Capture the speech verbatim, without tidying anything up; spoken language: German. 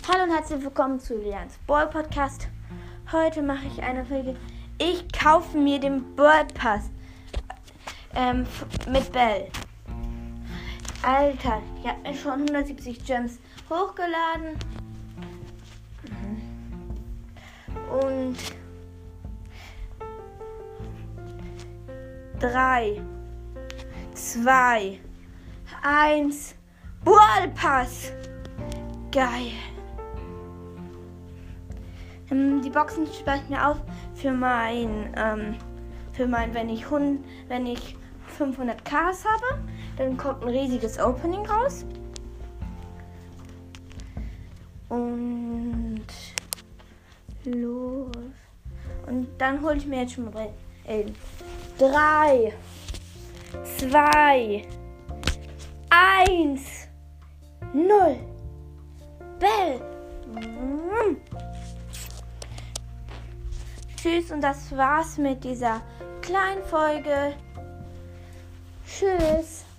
Hallo und herzlich willkommen zu Lians Ball Podcast. Heute mache ich eine Folge. Ich kaufe mir den Ball Pass ähm, f- mit Bell. Alter, ich habe mir schon hundertsiebzig Gems hochgeladen. Und drei, zwei, eins, Ball Pass. Geil. Die Boxen spare ich mir auf für mein, ähm, für mein, wenn ich Hund, wenn ich fünfhundert Ks habe, dann kommt ein riesiges Opening raus. Und los. Und dann hole ich mir jetzt schon mal in drei, zwei, eins, null. Bell. Mm. Tschüss, und das war's mit dieser kleinen Folge. Tschüss.